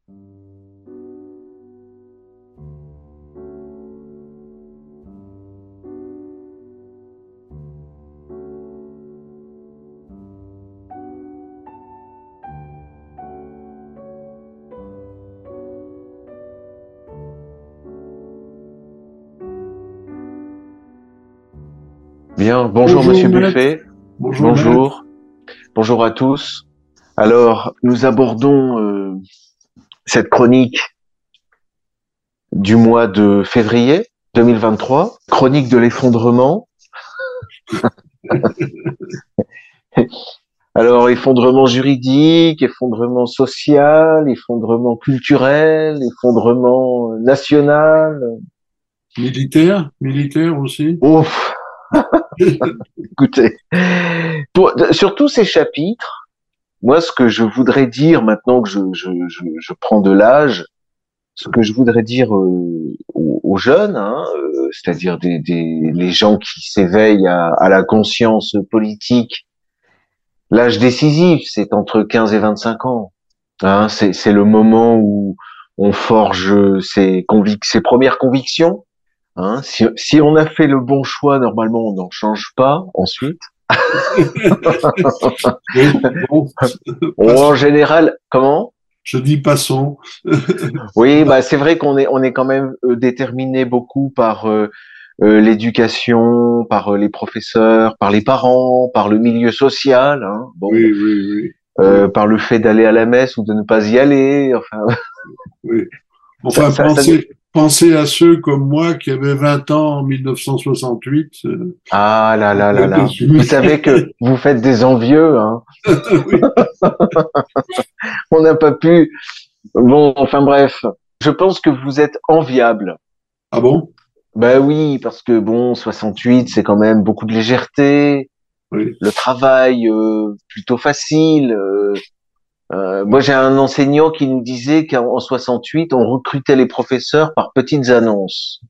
Bien, bonjour Bonjour Monsieur maître, Buffet, bonjour maître. bonjour, bonjour à tous. Alors, nous abordons cette chronique du mois de février 2023, chronique de l'effondrement. Alors, effondrement juridique, effondrement social, effondrement culturel, effondrement national. Militaire aussi. Ouf, écoutez, sur tous ces chapitres, moi, ce que je voudrais dire maintenant que je prends de l'âge, ce que je voudrais dire aux jeunes, hein, c'est-à-dire les gens qui s'éveillent à la conscience politique, l'âge décisif, c'est entre 15 et 25 ans. Hein, c'est le moment où on forge ses premières convictions. Hein. Si on a fait le bon choix, normalement, on n'en change pas ensuite. Oui, bon, En passons. général, comment? Je dis passons. Oui, bah c'est vrai qu'on est quand même déterminé beaucoup par l'éducation, par les professeurs, par les parents, par le milieu social, hein, bon, Oui, oui, oui, oui, par le fait d'aller à la messe ou de ne pas y aller. Enfin, oui. ça, Enfin, ça, ça- pensez à ceux comme moi qui avaient 20 ans en 1968. ah là là là là. Vous Résumé. savez que vous faites des envieux, hein. Oui. On n'a pas pu. Bon, enfin bref. Je pense que vous êtes enviable. Ah bon? Ben oui, parce que bon, 68, c'est quand même beaucoup de légèreté, Oui. le travail plutôt facile. Moi, j'ai un enseignant qui nous disait qu'en 68, on recrutait les professeurs par petites annonces.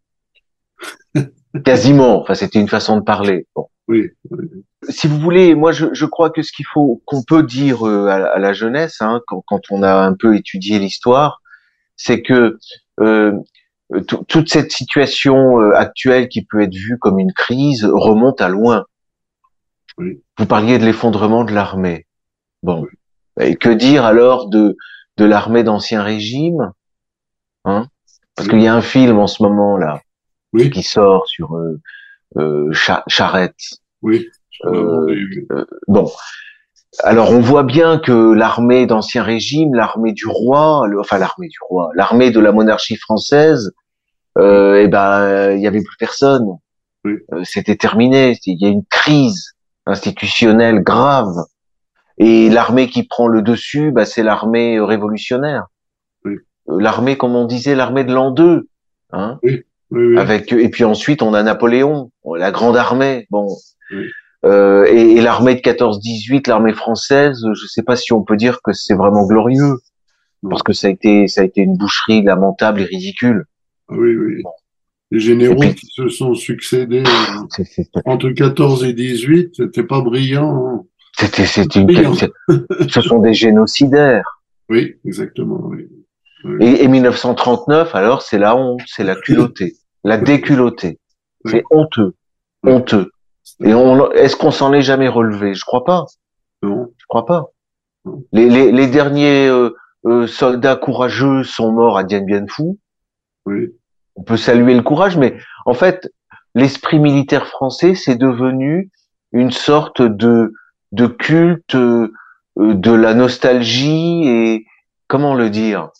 Quasiment. Enfin, c'était une façon de parler. Bon. Oui, oui, Si vous voulez, moi, je crois que ce qu'on peut dire à la jeunesse, hein, quand on a un peu étudié l'histoire, c'est que euh, toute cette situation actuelle qui peut être vue comme une crise remonte à loin. oui, Vous parliez de l'effondrement de l'armée. oui, Bon. Et que dire alors de l'armée d'Ancien Régime, hein? Parce qu'il oui, y a un film en ce moment là oui, qui sort sur Charette. oui. Sur la Euh, Vendée, bon, alors on voit bien que l'armée d'Ancien Régime, l'armée du roi, enfin l'armée du roi, l'armée de la monarchie française, oui, eh ben il y avait plus personne. oui, C'était terminé. Il y a une crise institutionnelle grave. Et l'armée qui prend le dessus, bah, c'est l'armée révolutionnaire. oui, L'armée, comme on disait, l'armée de l'an 2, hein, oui, oui, oui, avec et puis ensuite on a Napoléon, la grande armée, bon, oui. et l'armée de 14-18, l'armée française, je sais pas si on peut dire que c'est vraiment glorieux, parce Non. que ça a été une boucherie lamentable et ridicule. Ah oui, oui. Bon. Les Et généraux puis qui se sont succédés c'est- c'est- entre 14 et 18, c'était pas brillant, hein. c'était une, Brillant. ce sont des génocidaires. Oui, exactement, oui. Oui, Et 1939, alors c'est la honte, c'est la culottée, la déculottée, c'est oui, honteux, oui. honteux. Et Oui. est-ce qu'on s'en est jamais relevé? Je crois pas. Non, Je crois pas. non. Les derniers soldats courageux sont morts à Dien Bien Phu. Oui, On peut saluer le courage, mais en fait, l'esprit militaire français, c'est devenu une sorte de culte de la nostalgie et comment le dire,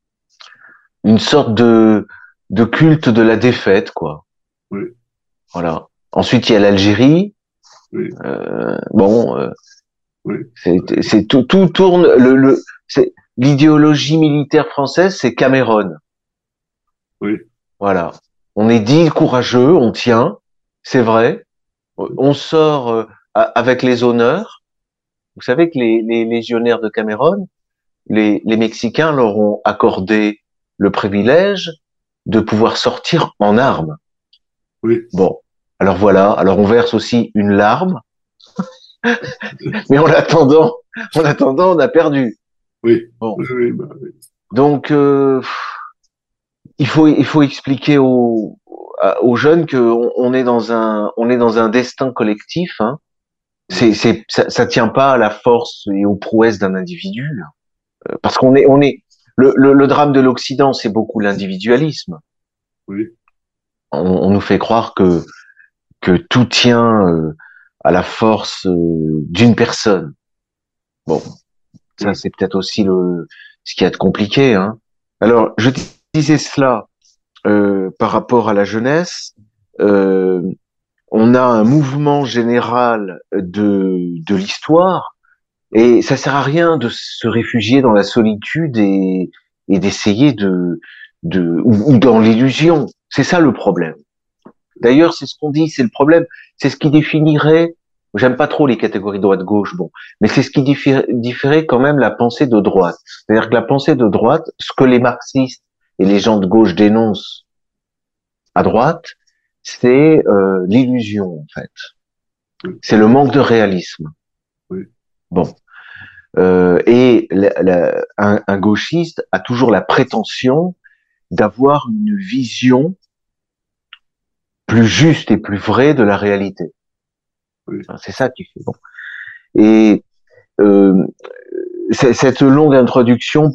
une sorte de culte de la défaite, quoi. oui, Voilà. Ensuite, il y a l'Algérie. oui, Bon, oui, c'est tout tourne c'est l'idéologie militaire française, c'est Cameron. oui, Voilà. On est dit courageux, on tient, c'est vrai. On sort avec les honneurs. Vous savez que les légionnaires de Cameron, les Mexicains leur ont accordé le privilège de pouvoir sortir en armes. oui, Bon. Alors voilà. Alors on verse aussi une larme, mais en attendant, on a perdu. oui, Bon. oui, oui, bah oui. Donc, il faut expliquer aux jeunes que on est dans un destin collectif. Hein. Ça tient pas à la force et aux prouesses d'un individu, parce on est le drame de l'Occident, c'est beaucoup l'individualisme. Oui, On nous fait croire que tout tient à la force d'une personne. Bon, ça oui, c'est peut-être aussi ce qui est compliqué. Hein. Alors, je disais cela par rapport à la jeunesse. Euh, on a un mouvement général de l'histoire et ça sert à rien de se réfugier dans la solitude et d'essayer ou dans l'illusion. C'est ça le problème. D'ailleurs, c'est ce qu'on dit, c'est le problème, c'est ce qui définirait, j'aime pas trop les catégories droite-gauche, bon, mais c'est ce qui différait quand même la pensée de droite. C'est-à-dire que la pensée de droite, ce que les marxistes et les gens de gauche dénoncent à droite, c'est l'illusion, en fait. oui, C'est le manque de réalisme. oui, Bon. Et un gauchiste a toujours la prétention d'avoir une vision plus juste et plus vraie de la réalité. oui, C'est ça qui fait bon. Et euh, cette longue introduction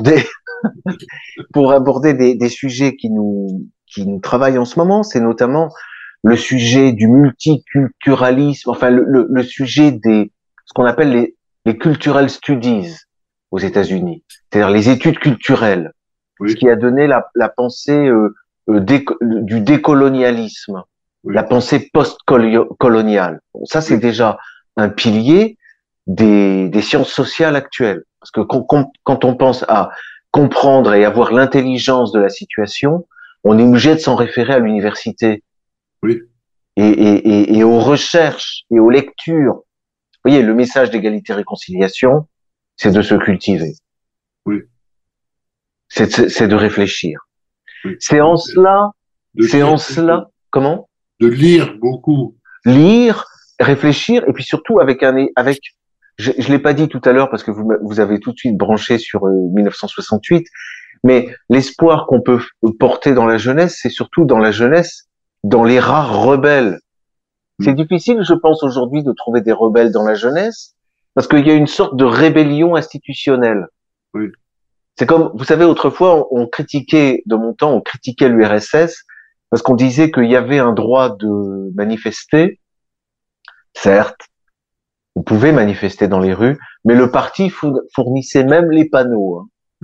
pour aborder des sujets qui nous travaillent en ce moment, c'est notamment le sujet du multiculturalisme, enfin le sujet des ce qu'on appelle les cultural studies aux États-Unis, c'est-à-dire les études culturelles, ce oui, qui a donné la pensée du décolonialisme, la oui, pensée post-coloniale. Bon, ça, c'est oui, déjà un pilier des sciences sociales actuelles. Parce que quand on pense à comprendre et avoir l'intelligence de la situation, on est obligé de s'en référer à l'université oui, et aux recherches et aux lectures. Vous voyez, le message d'égalité-réconciliation, c'est de se cultiver, oui, c'est de réfléchir. oui. C'est en cela, De c'est lire en beaucoup, cela, comment? de lire beaucoup. Lire, réfléchir, et puis surtout avec, je l'ai pas dit tout à l'heure parce que vous avez tout de suite branché sur 1968, mais l'espoir qu'on peut porter dans la jeunesse, c'est surtout dans la jeunesse, dans les rares rebelles. C'est Mm. difficile, je pense, aujourd'hui de trouver des rebelles dans la jeunesse, parce qu'il y a une sorte de rébellion institutionnelle. Oui, C'est comme, vous savez, autrefois, on critiquait, de mon temps, on critiquait l'URSS, parce qu'on disait qu'il y avait un droit de manifester, certes, on pouvait manifester dans les rues, mais le parti fournissait même les panneaux. Hein.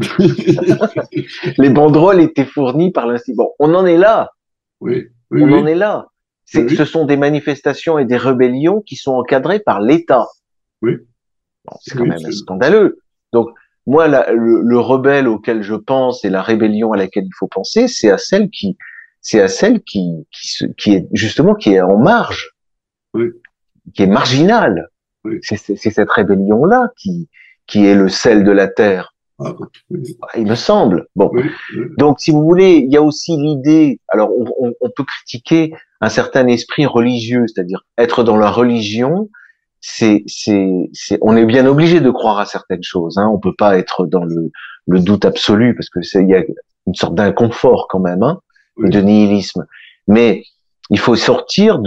Les banderoles étaient fournies par l'institut. Bon, on en est là. oui, oui, On en oui, est là. oui, Ce sont des manifestations et des rébellions qui sont encadrées par l'État. oui, Bon, c'est quand oui, même scandaleux. Donc, moi, le rebelle auquel je pense et la rébellion à laquelle il faut penser, c'est à celle qui est justement qui est en marge, oui, qui est marginale. oui. C'est cette rébellion-là qui est le sel de la terre. Ah, oui, Il me semble. Bon, oui, donc si vous voulez, il y a aussi l'idée. Alors, on peut critiquer un certain esprit religieux, c'est-à-dire être dans la religion. On est bien obligé de croire à certaines choses. Hein. On peut pas être dans le doute absolu parce que il y a une sorte d'inconfort quand même, hein, et de oui, nihilisme. Mais il faut sortir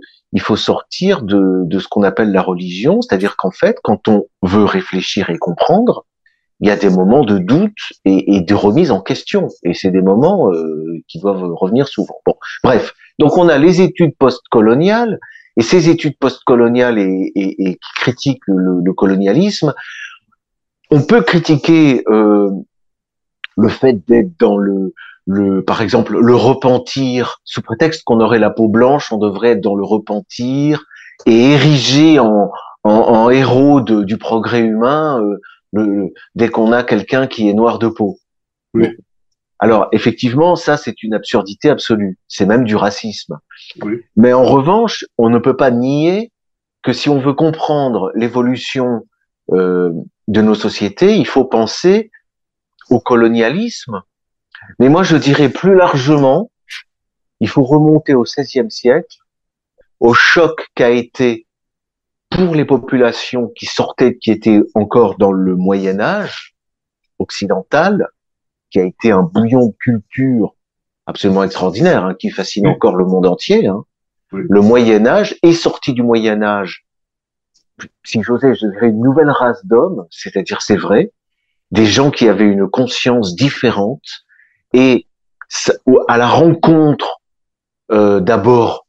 de ce qu'on appelle la religion, c'est-à-dire qu'en fait, quand on veut réfléchir et comprendre, il y a des moments de doute et de remise en question. Et c'est des moments qui doivent revenir souvent. Bon, bref. Donc on a les études postcoloniales, et ces études postcoloniales et qui critiquent le colonialisme. On peut critiquer le fait d'être dans par exemple, le repentir, sous prétexte qu'on aurait la peau blanche, on devrait être dans le repentir et érigé en héros du progrès humain dès qu'on a quelqu'un qui est noir de peau. Bon. oui, Alors, effectivement, ça, c'est une absurdité absolue. C'est même du racisme. oui, Mais en revanche, on ne peut pas nier que si on veut comprendre l'évolution euh, de nos sociétés, il faut penser au colonialisme. Mais moi, je dirais plus largement, il faut remonter au XVIe siècle, au choc qu'a été pour les populations qui sortaient, qui étaient encore dans le Moyen Âge occidental, qui a été un bouillon de culture absolument extraordinaire, hein, qui fascine encore le monde entier. Hein. Oui. Le Moyen Âge est sorti du Moyen Âge, si j'osais, je dirais une nouvelle race d'hommes, c'est-à-dire, c'est vrai, des gens qui avaient une conscience différente et à la rencontre d'abord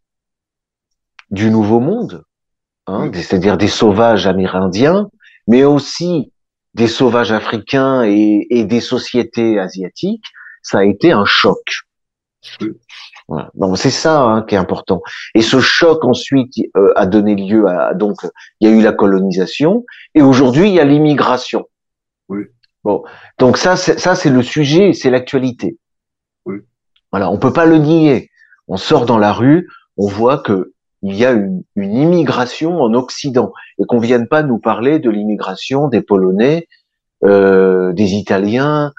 du Nouveau Monde, hein, c'est-à-dire des sauvages amérindiens, mais aussi des sauvages africains et des sociétés asiatiques. Ça a été un choc. Voilà. Donc c'est ça, hein, qui est important. Et ce choc ensuite a donné lieu à, donc il y a eu la colonisation et aujourd'hui il y a l'immigration. Oui. Bon, donc ça c'est le sujet, c'est l'actualité. Oui. Voilà, on peut pas le nier. On sort dans la rue, on voit que il y a une immigration en Occident et qu'on vienne pas nous parler de l'immigration des Polonais, des Italiens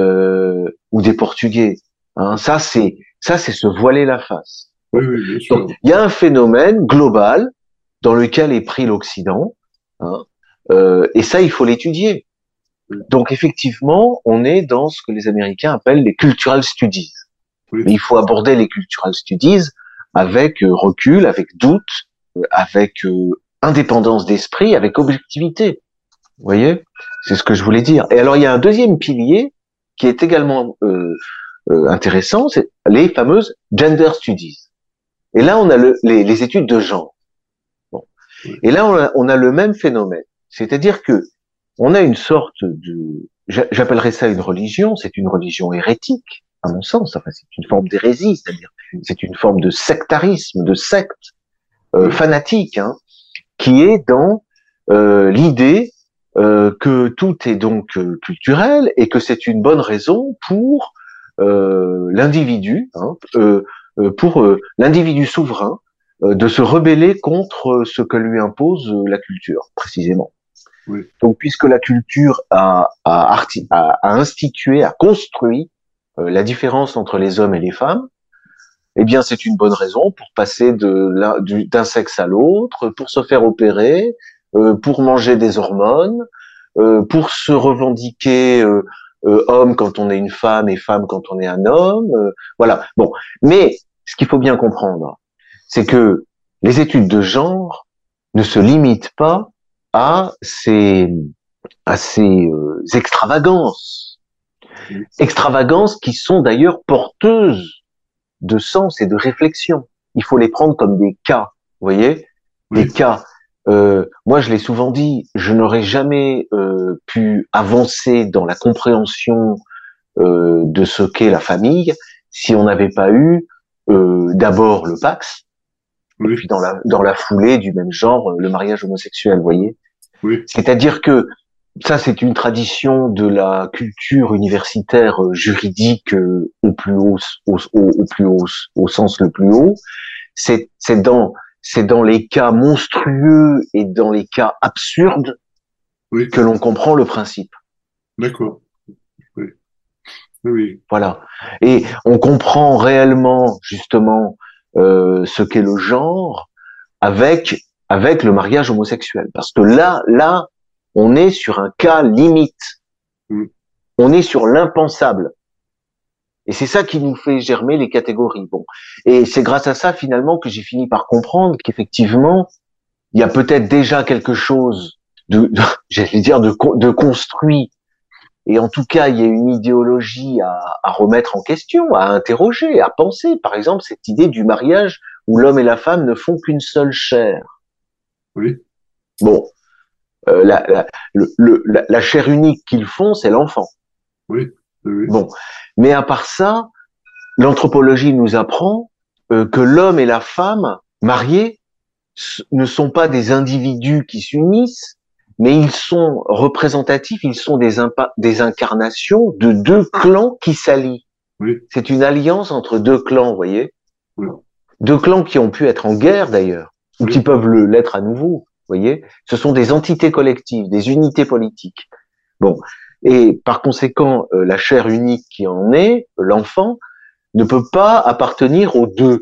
ou des Portugais. Hein, ça c'est se voiler la face. Oui, oui, bien sûr. Donc il y a un phénomène global dans lequel est pris l'Occident, hein, et ça il faut l'étudier. Donc effectivement, on est dans ce que les Américains appellent les cultural studies. Oui. Mais il faut aborder les cultural studies avec recul, avec doute, avec indépendance d'esprit, avec objectivité. Vous voyez, c'est ce que je voulais dire. Et alors il y a un deuxième pilier qui est également intéressant, c'est les fameuses gender studies. Et là on a les études de genre. Bon. Et là on a le même phénomène, c'est-à-dire que on a une sorte de, j'appellerais ça une religion, c'est une religion hérétique, à mon sens, enfin c'est une forme d'hérésie, c'est-à-dire c'est une forme de sectarisme, de secte fanatique, hein, qui est dans l'idée que tout est donc culturel et que c'est une bonne raison pour l'individu, hein, pour l'individu souverain, de se rebeller contre ce que lui impose la culture, précisément. Oui. Donc, puisque la culture a institué, a construit la différence entre les hommes et les femmes, eh bien, c'est une bonne raison pour passer d'un sexe à l'autre, pour se faire opérer, pour manger des hormones, pour se revendiquer homme quand on est une femme et femme quand on est un homme. Voilà. Bon, mais ce qu'il faut bien comprendre, c'est que les études de genre ne se limitent pas à ces extravagances. Extravagances qui sont d'ailleurs porteuses de sens et de réflexion. Il faut les prendre comme des cas, vous voyez, des cas. Moi, je l'ai souvent dit, je n'aurais jamais pu avancer dans la compréhension de ce qu'est la famille si on n'avait pas eu d'abord le Pax, et puis dans la foulée du même genre, le mariage homosexuel, vous voyez. C'est-à-dire que ça, c'est une tradition de la culture universitaire juridique au plus haut, au sens le plus haut. C'est dans les cas monstrueux et dans les cas absurdes que l'on comprend le principe. D'accord. Oui. Oui. Voilà. Et on comprend réellement, justement, ce qu'est le genre avec le mariage homosexuel. Parce que là, on est sur un cas limite. On est sur l'impensable. Et c'est ça qui nous fait germer les catégories. Bon. Et c'est grâce à ça, finalement, que j'ai fini par comprendre qu'effectivement, il y a peut-être déjà quelque chose j'allais dire, de construit. Et en tout cas, il y a une idéologie à remettre en question, à interroger, à penser. Par exemple, cette idée du mariage où l'homme et la femme ne font qu'une seule chair. Oui. Bon. La chair unique qu'ils font, c'est l'enfant. Oui. Oui. Bon, mais à part ça, l'anthropologie nous apprend que l'homme et la femme mariés ne sont pas des individus qui s'unissent, mais ils sont représentatifs, ils sont des incarnations de deux clans qui s'allient. Oui. C'est une alliance entre deux clans, vous voyez. Oui. Deux clans qui ont pu être en guerre d'ailleurs, ou qui peuvent l'être à nouveau. Vous voyez, ce sont des entités collectives, des unités politiques. Bon, et par conséquent, la chair unique qui en est, l'enfant, ne peut pas appartenir aux deux.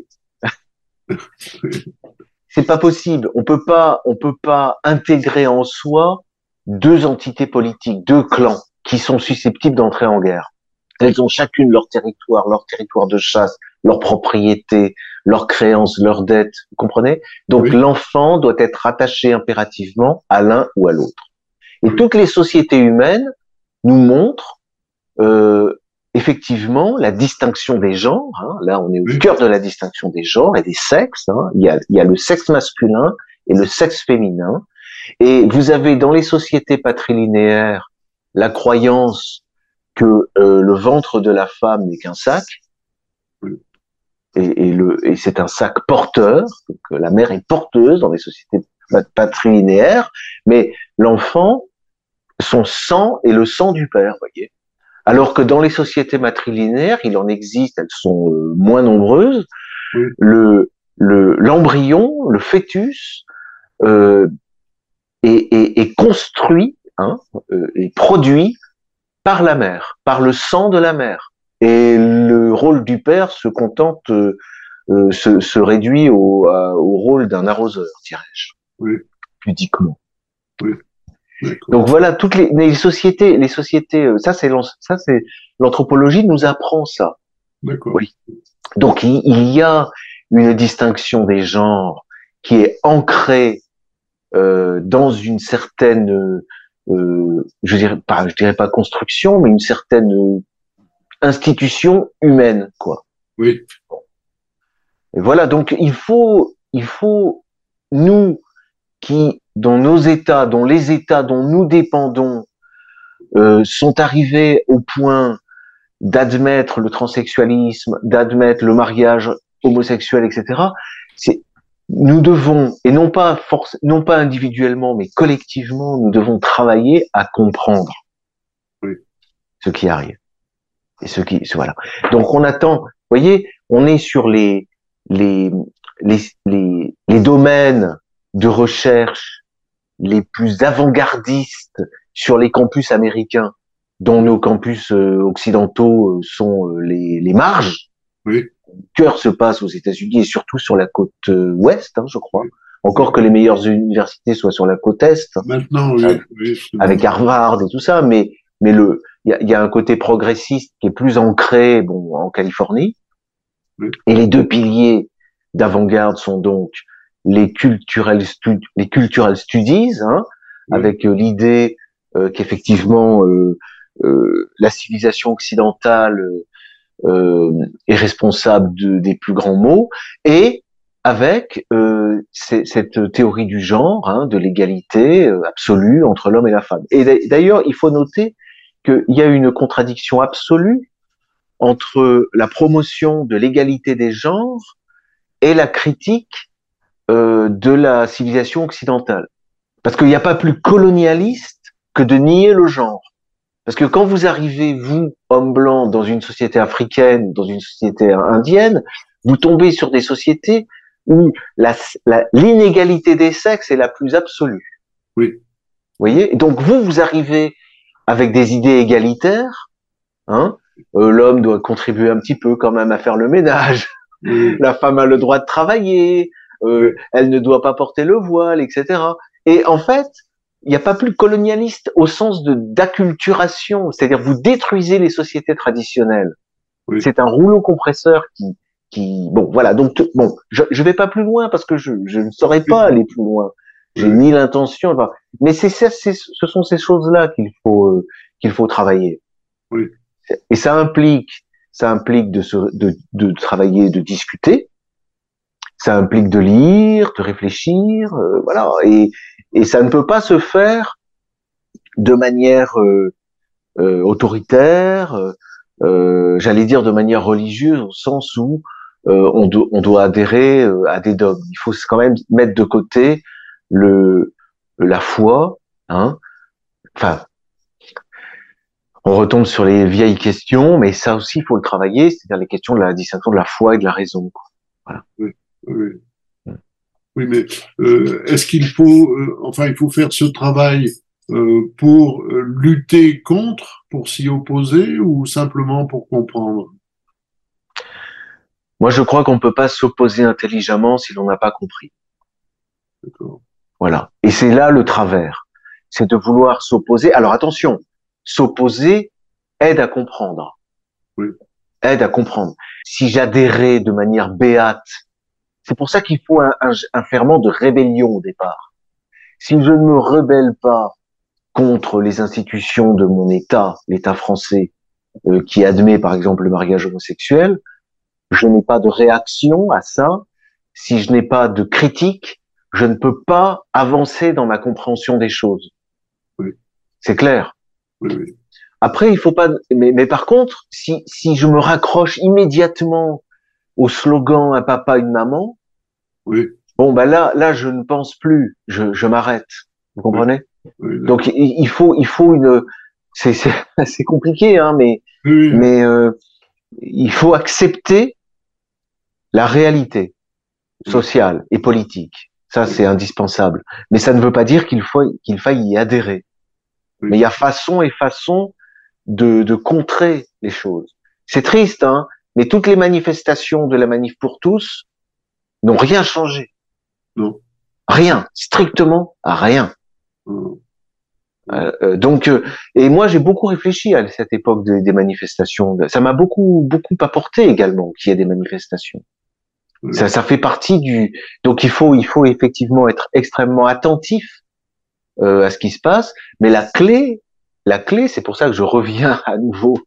C'est pas possible. On peut pas intégrer en soi deux entités politiques, deux clans qui sont susceptibles d'entrer en guerre. Elles ont chacune leur territoire de chasse, leur propriété, leurs créances, leurs dettes. Vous comprenez? Donc oui, l'enfant doit être rattaché impérativement à l'un ou à l'autre. Et oui, toutes les sociétés humaines nous montrent euh, effectivement la distinction des genres. Hein. Là, on est au oui, cœur de la distinction des genres et des sexes. Hein. Il y a le sexe masculin et le sexe féminin. Et vous avez dans les sociétés patrilinéaires la croyance que le ventre de la femme n'est qu'un sac, oui, et c'est un sac porteur, que la mère est porteuse dans les sociétés patrilinéaires, mais l'enfant, son sang est le sang du père, voyez. Alors que dans les sociétés matrilinéaires, il en existe, elles sont moins nombreuses, oui, l'embryon, le fœtus, euh, est construit, hein, est produit par la mère, par le sang de la mère. Et le rôle du père se contente, se réduit au rôle d'un arroseur, dirais-je, oui, pudiquement. oui, d'accord, Donc voilà, toutes les sociétés, ça c'est l'anthropologie nous apprend ça. d'accord, Oui. Donc il y a une distinction des genres qui est ancrée dans une certaine, je dirais pas construction, mais une certaine institution humaine, quoi. oui, Et voilà, donc il faut nous qui, dans nos États, dont les États dont nous dépendons, sont arrivés au point d'admettre le transsexualisme, d'admettre le mariage homosexuel, etc. C'est, nous devons, et non pas individuellement, mais collectivement, nous devons travailler à comprendre oui, ce qui arrive. Et voilà. Donc on attend, vous voyez, on est sur les, les domaines de recherche les plus avant-gardistes sur les campus américains, dont nos campus occidentaux sont les marges. oui, Le cœur se passe aux États-Unis et surtout sur la côte ouest, hein, je crois. oui, Encore oui. que les meilleures universités soient sur la côte est, Maintenant, euh, oui, oui, avec absolument. Harvard et tout ça, mais il y a un côté progressiste qui est plus ancré, bon, en Californie. Oui, Et les deux piliers d'avant-garde sont donc les cultural studies, hein, oui, avec l'idée qu'effectivement la civilisation occidentale est responsable des plus grands maux, et avec cette théorie du genre, hein, de l'égalité absolue entre l'homme et la femme. Et d'ailleurs, il faut noter qu'il y a une contradiction absolue entre la promotion de l'égalité des genres et la critique de la civilisation occidentale. Parce qu'il n'y a pas plus colonialiste que de nier le genre. Parce que quand vous arrivez, vous, homme blanc, dans une société africaine, dans une société indienne, vous tombez sur des sociétés où l'inégalité des sexes est la plus absolue. oui, Vous voyez? Et donc vous arrivez avec des idées égalitaires, hein, l'homme doit contribuer un petit peu quand même à faire le ménage, oui, la femme a le droit de travailler, oui, elle ne doit pas porter le voile, etc. Et en fait, il n'y a pas plus colonialiste au sens de d'acculturation, c'est-à-dire vous détruisez les sociétés traditionnelles. oui, C'est un rouleau compresseur bon, voilà. Donc, bon, je vais pas plus loin parce que je ne saurais pas oui, aller plus loin. J'ai oui, ni l'intention, enfin, mais ce sont ces choses-là qu'il faut travailler. oui, Et ça implique de travailler, de discuter. Ça implique de lire, de réfléchir, voilà. Et ça ne peut pas se faire de manière autoritaire, j'allais dire de manière religieuse, au sens où on doit adhérer à des dogmes. Il faut quand même mettre de côté la foi, hein. Enfin, on retombe sur les vieilles questions, mais ça aussi, il faut le travailler, c'est-à-dire les questions de la distinction de la foi et de la raison, quoi. Voilà. oui, oui. Oui, mais est-ce qu'il faut, enfin, il faut faire ce travail pour lutter contre, pour s'y opposer, ou simplement pour comprendre? Moi, je crois qu'on ne peut pas s'opposer intelligemment si l'on n'a pas compris. D'accord. Voilà. Et c'est là le travers. C'est de vouloir s'opposer. Alors attention, s'opposer aide à comprendre. Oui. Aide à comprendre. Si j'adhérais de manière béate, c'est pour ça qu'il faut un ferment de rébellion au départ. Si je ne me rebelle pas contre les institutions de mon État, l'État français, qui admet par exemple le mariage homosexuel, je n'ai pas de réaction à ça. Si je n'ai pas de critique, je ne peux pas avancer dans ma compréhension des choses. Oui. C'est clair. Oui, oui. Après, il faut pas. Mais par contre, si je me raccroche immédiatement au slogan "un papa, une maman", Oui. bon ben là, je ne pense plus. Je m'arrête. Vous Oui. comprenez? Oui, Donc il faut une. C'est compliqué, hein, oui, oui. mais il faut accepter la réalité Oui. sociale et politique. Ça, Oui. c'est indispensable. Mais ça ne veut pas dire qu'il faille y adhérer. Mais il Oui. y a façon et façon de contrer les choses. C'est triste, hein, mais toutes les manifestations de la Manif pour tous n'ont rien changé. Non. Rien. Strictement rien. Non. Donc, et moi, j'ai beaucoup réfléchi à cette époque des manifestations. Ça m'a beaucoup apporté également qu'il y ait des manifestations. Oui. Ça fait partie du. Donc, il faut effectivement être extrêmement attentif à ce qui se passe. Mais la clé, c'est pour ça que je reviens à nouveau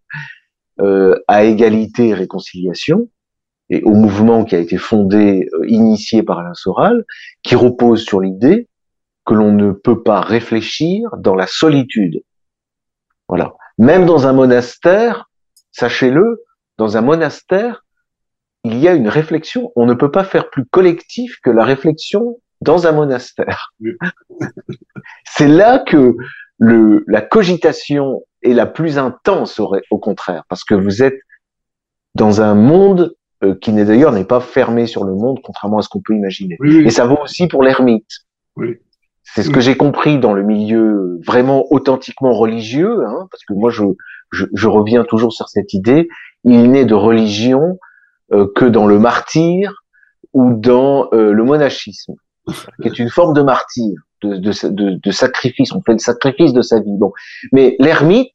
à égalité et réconciliation et au mouvement qui a été fondé, initié par Alain Soral, qui repose sur l'idée que l'on ne peut pas réfléchir dans la solitude. Voilà. Même dans un monastère, sachez-le, dans un monastère, il y a une réflexion. On ne peut pas faire plus collectif que la réflexion dans un monastère. Oui. C'est là que la cogitation est la plus intense, au contraire, parce que vous êtes dans un monde qui n'est pas fermé sur le monde, contrairement à ce qu'on peut imaginer. Oui, Et oui. ça vaut aussi pour l'ermite. Oui. C'est ce que Oui. j'ai compris dans le milieu vraiment authentiquement religieux, hein, parce que moi je reviens toujours sur cette idée. Il n'est de religion que dans le martyre ou dans le monachisme, qui est une forme de martyr, de sacrifice. On fait le sacrifice de sa vie. Bon, mais l'ermite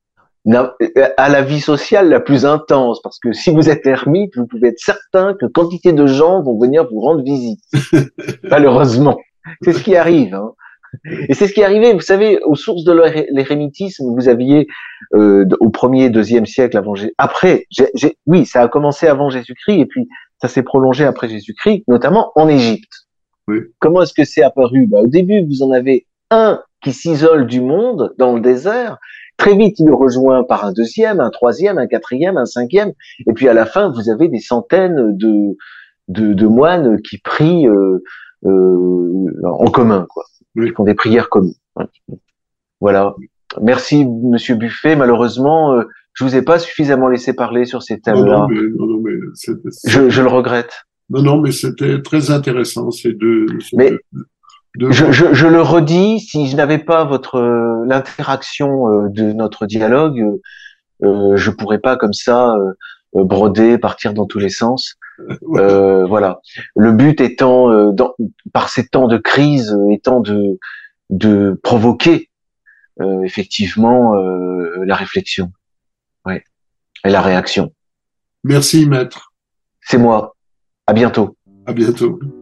a la vie sociale la plus intense, parce que si vous êtes ermite, vous pouvez être certain que quantité de gens vont venir vous rendre visite. Malheureusement, c'est ce qui arrive. Hein. Et c'est ce qui est arrivé. Vous savez, aux sources de l'érémitisme, vous aviez au 1er, 2e siècle avant Jésus. Après, oui, ça a commencé avant Jésus-Christ et puis ça s'est prolongé après Jésus-Christ, notamment en Égypte. Oui. Comment est-ce que c'est apparu? Au début, vous en avez un qui s'isole du monde dans le désert. Très vite, il est rejoint par un deuxième, un troisième, un quatrième, un cinquième. Et puis à la fin, vous avez des centaines de moines qui prient en commun, quoi. Oui. Qui font des prières communes. Voilà. Merci, Monsieur Buffet. Malheureusement, je vous ai pas suffisamment laissé parler sur ces thèmes-là. Non, mais Je le regrette. non, mais c'était très intéressant, Mais je le redis, si je n'avais pas l'interaction de notre dialogue, je pourrais pas comme ça broder, partir dans tous les sens. Voilà. Le but étant, par ces temps de crise, étant de provoquer effectivement la réflexion, ouais, et la réaction. Merci, maître. C'est moi. À bientôt. À bientôt.